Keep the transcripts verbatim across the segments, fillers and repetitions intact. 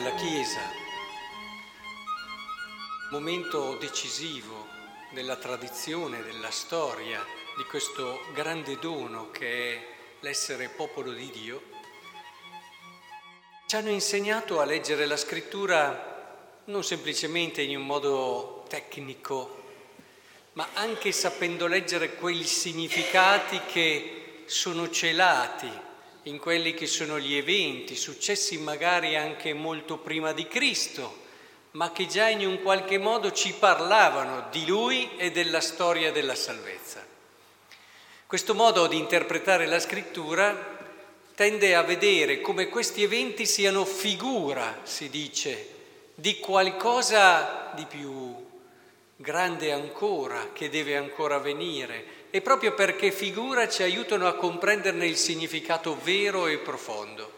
della Chiesa, momento decisivo della tradizione, della storia, di questo grande dono che è l'essere popolo di Dio, ci hanno insegnato a leggere la Scrittura non semplicemente in un modo tecnico, ma anche sapendo leggere quei significati che sono celati in quelli che sono gli eventi, successi magari anche molto prima di Cristo, ma che già in un qualche modo ci parlavano di Lui e della storia della salvezza. Questo modo di interpretare la Scrittura tende a vedere come questi eventi siano figura, si dice, di qualcosa di più grande ancora, che deve ancora venire, e proprio perché figura ci aiutano a comprenderne il significato vero e profondo.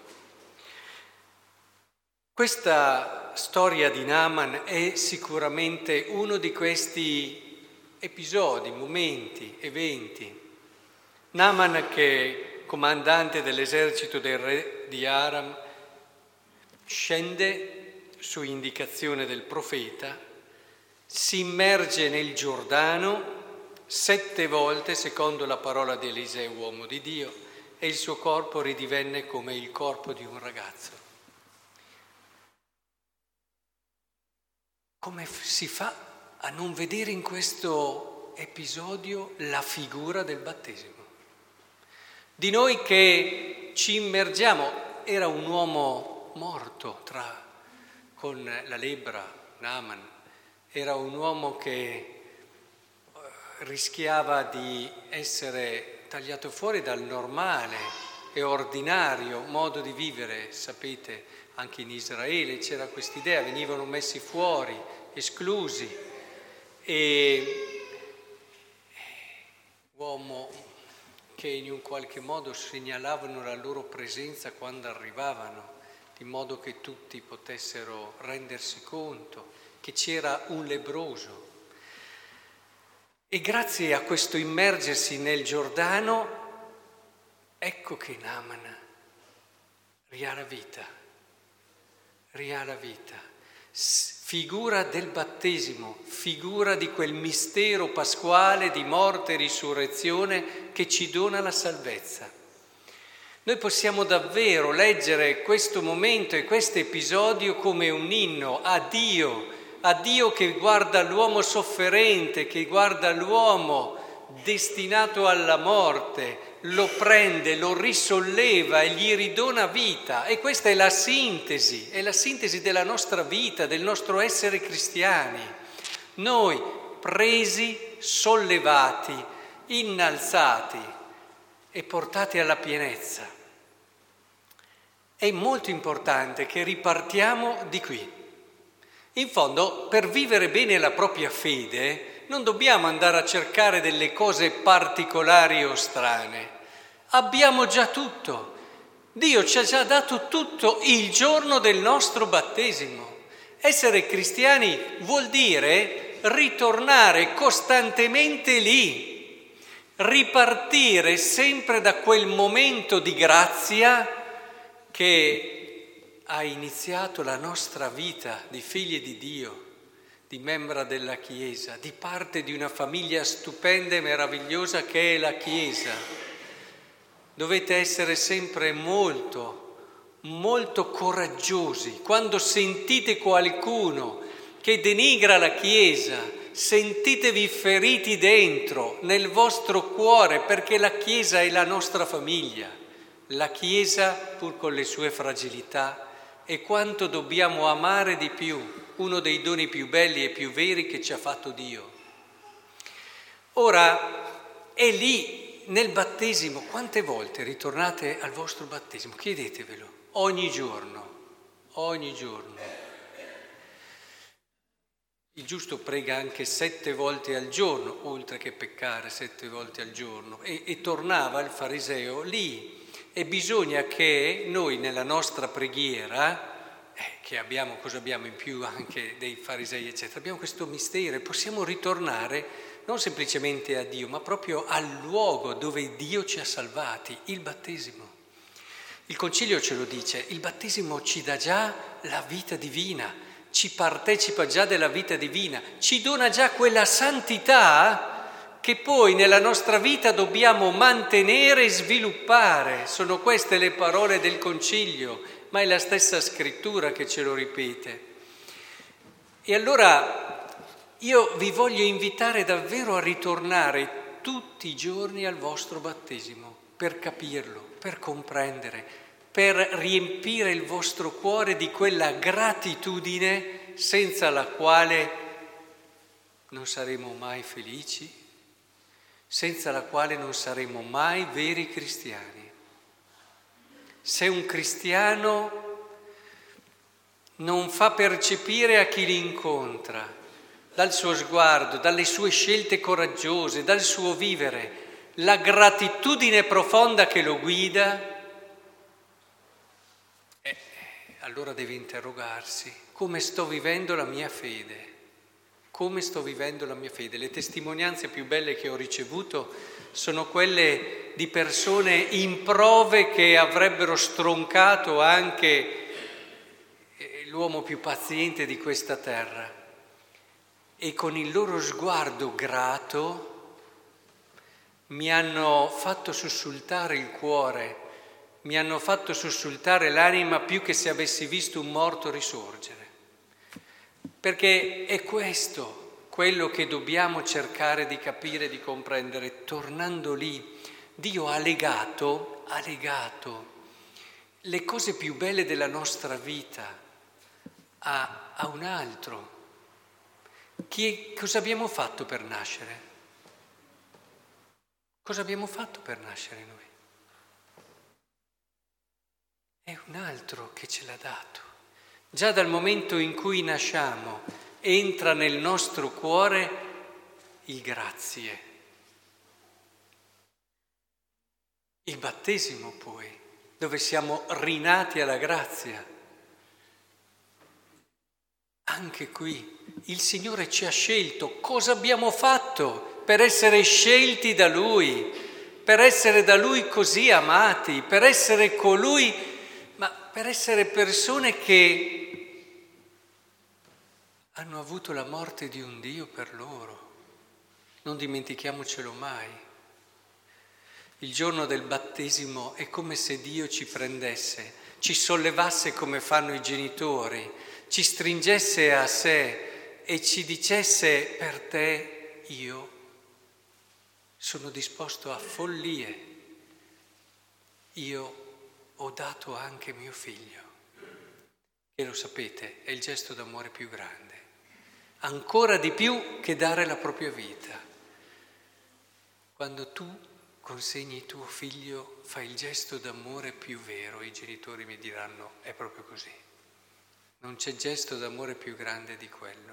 Questa storia di Naaman è sicuramente uno di questi episodi, momenti, eventi. Naaman, che comandante dell'esercito del re di Aram, scende su indicazione del profeta, si immerge nel Giordano sette volte, secondo la parola di Eliseo, uomo di Dio, e il suo corpo ridivenne come il corpo di un ragazzo. Come si fa a non vedere in questo episodio la figura del battesimo? Di noi che ci immergiamo, era un uomo morto tra, con la lebbra, Naaman, era un uomo che rischiava di essere tagliato fuori dal normale e ordinario modo di vivere. Sapete, anche in Israele c'era quest'idea, venivano messi fuori, esclusi, e uomo che in un qualche modo segnalavano la loro presenza quando arrivavano, di modo che tutti potessero rendersi conto che c'era un lebbroso. E grazie a questo immergersi nel Giordano, ecco che Naaman ria la vita, ria la vita, figura del battesimo, figura di quel mistero pasquale di morte e risurrezione che ci dona la salvezza. Noi possiamo davvero leggere questo momento e questo episodio come un inno a Dio, a Dio che guarda l'uomo sofferente, che guarda l'uomo destinato alla morte, lo prende, lo risolleva e gli ridona vita. E questa è la sintesi, è la sintesi della nostra vita, del nostro essere cristiani. Noi presi, sollevati, innalzati e portati alla pienezza. È molto importante che ripartiamo di qui. In fondo, per vivere bene la propria fede, non dobbiamo andare a cercare delle cose particolari o strane. Abbiamo già tutto. Dio ci ha già dato tutto il giorno del nostro battesimo. Essere cristiani vuol dire ritornare costantemente lì, ripartire sempre da quel momento di grazia che ha iniziato la nostra vita di figli di Dio, di membra della Chiesa, di parte di una famiglia stupenda e meravigliosa che è la Chiesa. Dovete essere sempre molto, molto coraggiosi. Quando sentite qualcuno che denigra la Chiesa, sentitevi feriti dentro, nel vostro cuore, perché la Chiesa è la nostra famiglia. La Chiesa, pur con le sue fragilità, è quanto dobbiamo amare di più, uno dei doni più belli e più veri che ci ha fatto Dio. Ora, è lì nel battesimo. Quante volte ritornate al vostro battesimo? Chiedetevelo, ogni giorno, ogni giorno. Il giusto prega anche sette volte al giorno, oltre che peccare sette volte al giorno, e, e tornava il fariseo lì. E bisogna che noi nella nostra preghiera, eh, che abbiamo, cosa abbiamo in più anche dei farisei eccetera, abbiamo questo mistero e possiamo ritornare non semplicemente a Dio, ma proprio al luogo dove Dio ci ha salvati, il battesimo. Il Concilio ce lo dice, il battesimo ci dà già la vita divina, ci partecipa già della vita divina, ci dona già quella santità che poi nella nostra vita dobbiamo mantenere e sviluppare. Sono queste le parole del Concilio, ma è la stessa scrittura che ce lo ripete. E allora io vi voglio invitare davvero a ritornare tutti i giorni al vostro battesimo per capirlo, per comprendere, per riempire il vostro cuore di quella gratitudine senza la quale non saremo mai felici, senza la quale non saremo mai veri cristiani. Se un cristiano non fa percepire a chi li incontra, dal suo sguardo, dalle sue scelte coraggiose, dal suo vivere, la gratitudine profonda che lo guida, eh, allora deve interrogarsi: come sto vivendo la mia fede? Come sto vivendo la mia fede? Le testimonianze più belle che ho ricevuto sono quelle di persone in prove che avrebbero stroncato anche l'uomo più paziente di questa terra, e con il loro sguardo grato mi hanno fatto sussultare il cuore, mi hanno fatto sussultare l'anima più che se avessi visto un morto risorgere. Perché è questo quello che dobbiamo cercare di capire e di comprendere. Tornando lì, Dio ha legato, ha legato le cose più belle della nostra vita a, a un altro. Chi, cosa abbiamo fatto per nascere? Cosa abbiamo fatto per nascere noi? È un altro che ce l'ha dato. Già dal momento in cui nasciamo entra nel nostro cuore il grazie. Il battesimo poi, dove siamo rinati alla grazia. Anche qui il Signore ci ha scelto. Cosa abbiamo fatto per essere scelti da Lui, per essere da Lui così amati, per essere colui, ma per essere persone che hanno avuto la morte di un Dio per loro? Non dimentichiamocelo mai. Il giorno del battesimo è come se Dio ci prendesse, ci sollevasse come fanno i genitori, ci stringesse a sé e ci dicesse: per te io sono disposto a follie, io ho dato anche mio figlio. E lo sapete, è il gesto d'amore più grande, ancora di più che dare la propria vita. Quando tu consegni tuo figlio, fai il gesto d'amore più vero. I genitori mi diranno: è proprio così. Non c'è gesto d'amore più grande di quello.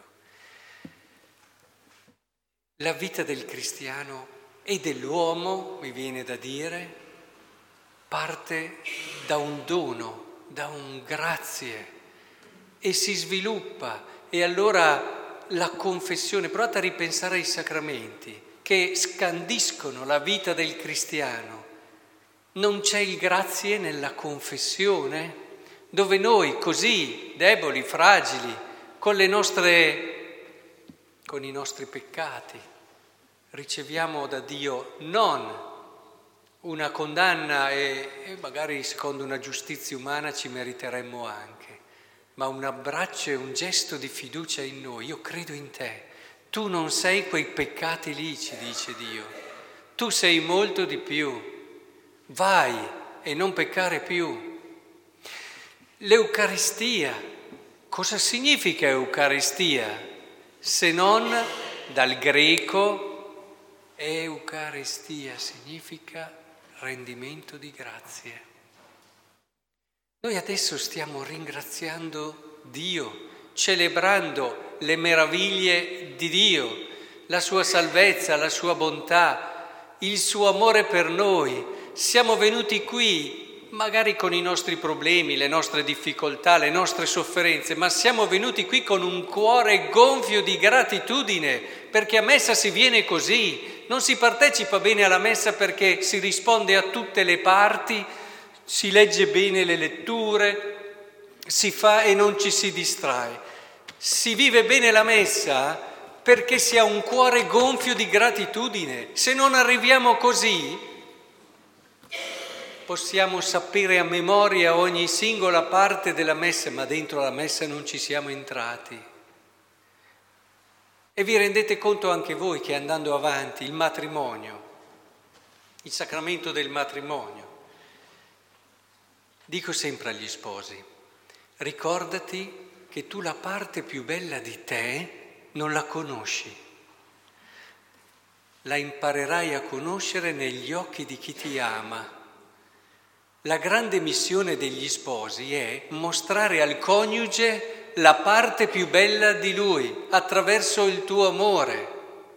La vita del cristiano e dell'uomo, mi viene da dire, parte da un dono, da un grazie, e si sviluppa. E allora la confessione, provate a ripensare ai sacramenti che scandiscono la vita del cristiano. Non c'è il grazie nella confessione, dove noi così deboli, fragili, con le nostre, con i nostri peccati, riceviamo da Dio non una condanna e, e magari secondo una giustizia umana ci meriteremmo anche, ma un abbraccio e un gesto di fiducia in noi. Io credo in te, tu non sei quei peccati lì, ci dice Dio, tu sei molto di più, vai e non peccare più. L'Eucaristia, cosa significa Eucaristia? Se non dal greco, Eucaristia significa rendimento di grazie. Noi adesso stiamo ringraziando Dio, celebrando le meraviglie di Dio, la sua salvezza, la sua bontà, il suo amore per noi. Siamo venuti qui magari con i nostri problemi, le nostre difficoltà, le nostre sofferenze, ma siamo venuti qui con un cuore gonfio di gratitudine, perché a messa si viene così, non si partecipa bene alla messa perché si risponde a tutte le parti, si legge bene le letture, si fa e non ci si distrae. Si vive bene la messa perché si ha un cuore gonfio di gratitudine. Se non arriviamo così, possiamo sapere a memoria ogni singola parte della messa, ma dentro la messa non ci siamo entrati. E vi rendete conto anche voi che andando avanti il matrimonio, il sacramento del matrimonio, dico sempre agli sposi, ricordati che tu la parte più bella di te non la conosci, la imparerai a conoscere negli occhi di chi ti ama. La grande missione degli sposi è mostrare al coniuge la parte più bella di lui attraverso il tuo amore,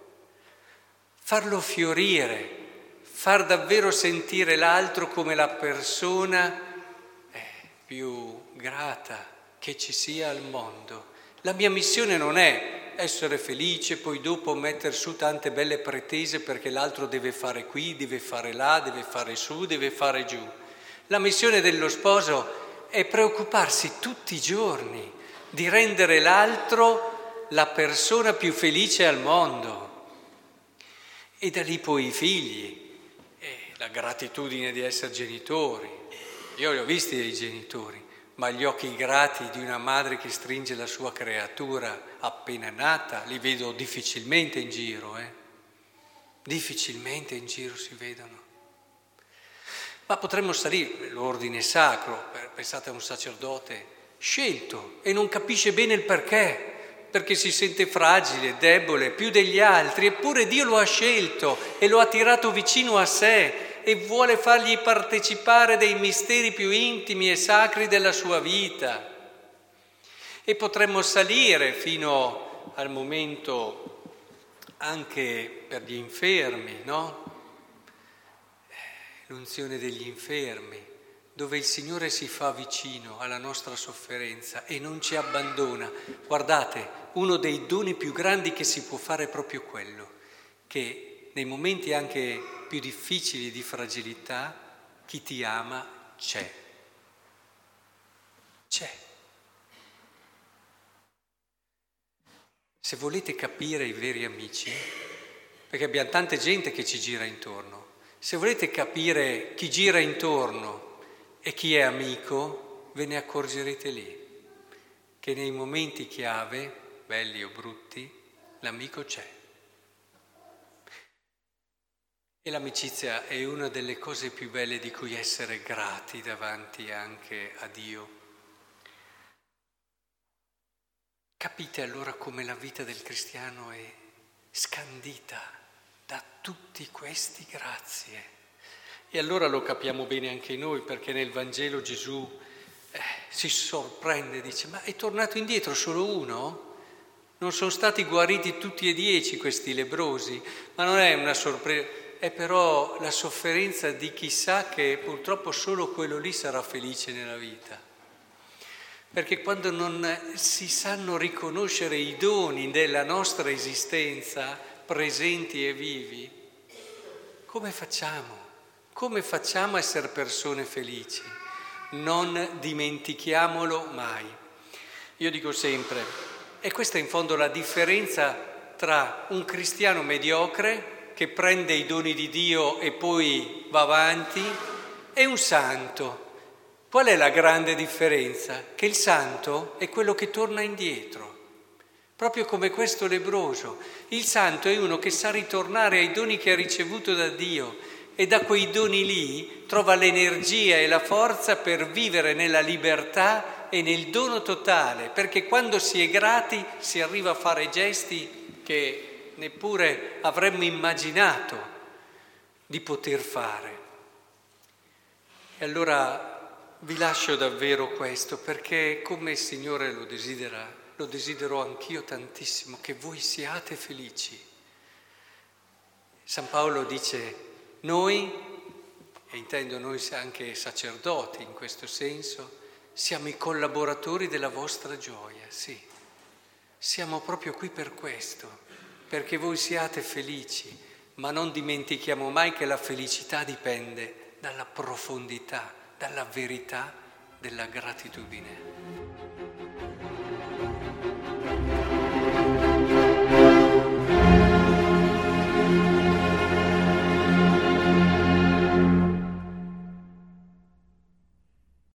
farlo fiorire, far davvero sentire l'altro come la persona più grata che ci sia al mondo. La mia missione non è essere felice, poi dopo mettere su tante belle pretese perché l'altro deve fare qui, deve fare là, deve fare su, deve fare giù. La missione dello sposo è preoccuparsi tutti i giorni di rendere l'altro la persona più felice al mondo. E da lì poi i figli, e la gratitudine di essere genitori. Io li ho visti dei genitori, ma gli occhi grati di una madre che stringe la sua creatura appena nata li vedo difficilmente in giro, eh? Difficilmente in giro si vedono. Ma potremmo salire, l'ordine sacro, pensate a un sacerdote scelto e non capisce bene il perché, perché si sente fragile, debole, più degli altri, eppure Dio lo ha scelto e lo ha tirato vicino a sé e vuole fargli partecipare dei misteri più intimi e sacri della sua vita. E potremmo salire fino al momento anche per gli infermi, no? L'unzione degli infermi, dove il Signore si fa vicino alla nostra sofferenza e non ci abbandona. Guardate, uno dei doni più grandi che si può fare è proprio quello, che nei momenti anche più difficili di fragilità, chi ti ama c'è. C'è. Se volete capire i veri amici, perché abbiamo tanta gente che ci gira intorno, se volete capire chi gira intorno e chi è amico, ve ne accorgerete lì, che nei momenti chiave, belli o brutti, l'amico c'è. E l'amicizia è una delle cose più belle di cui essere grati davanti anche a Dio. Capite allora come la vita del cristiano è scandita da tutti questi grazie. E allora lo capiamo bene anche noi, perché nel Vangelo Gesù eh, si sorprende, dice: ma è tornato indietro solo uno? Non sono stati guariti tutti e dieci questi lebbrosi? Ma non è una sorpresa, è però la sofferenza di chi sa che purtroppo solo quello lì sarà felice nella vita. Perché quando non si sanno riconoscere i doni della nostra esistenza, presenti e vivi, come facciamo? Come facciamo a essere persone felici? Non dimentichiamolo mai. Io dico sempre, e questa è in fondo la differenza tra un cristiano mediocre che prende i doni di Dio e poi va avanti e un santo. Qual è la grande differenza? Che il santo è quello che torna indietro. Proprio come questo lebbroso. Il santo è uno che sa ritornare ai doni che ha ricevuto da Dio e da quei doni lì trova l'energia e la forza per vivere nella libertà e nel dono totale, perché quando si è grati si arriva a fare gesti che neppure avremmo immaginato di poter fare. E allora vi lascio davvero questo, perché come il Signore lo desidera, lo desidero anch'io tantissimo, che voi siate felici. San Paolo dice: noi, e intendo noi anche sacerdoti in questo senso, siamo i collaboratori della vostra gioia, sì. Siamo proprio qui per questo, perché voi siate felici, ma non dimentichiamo mai che la felicità dipende dalla profondità dalla verità della gratitudine.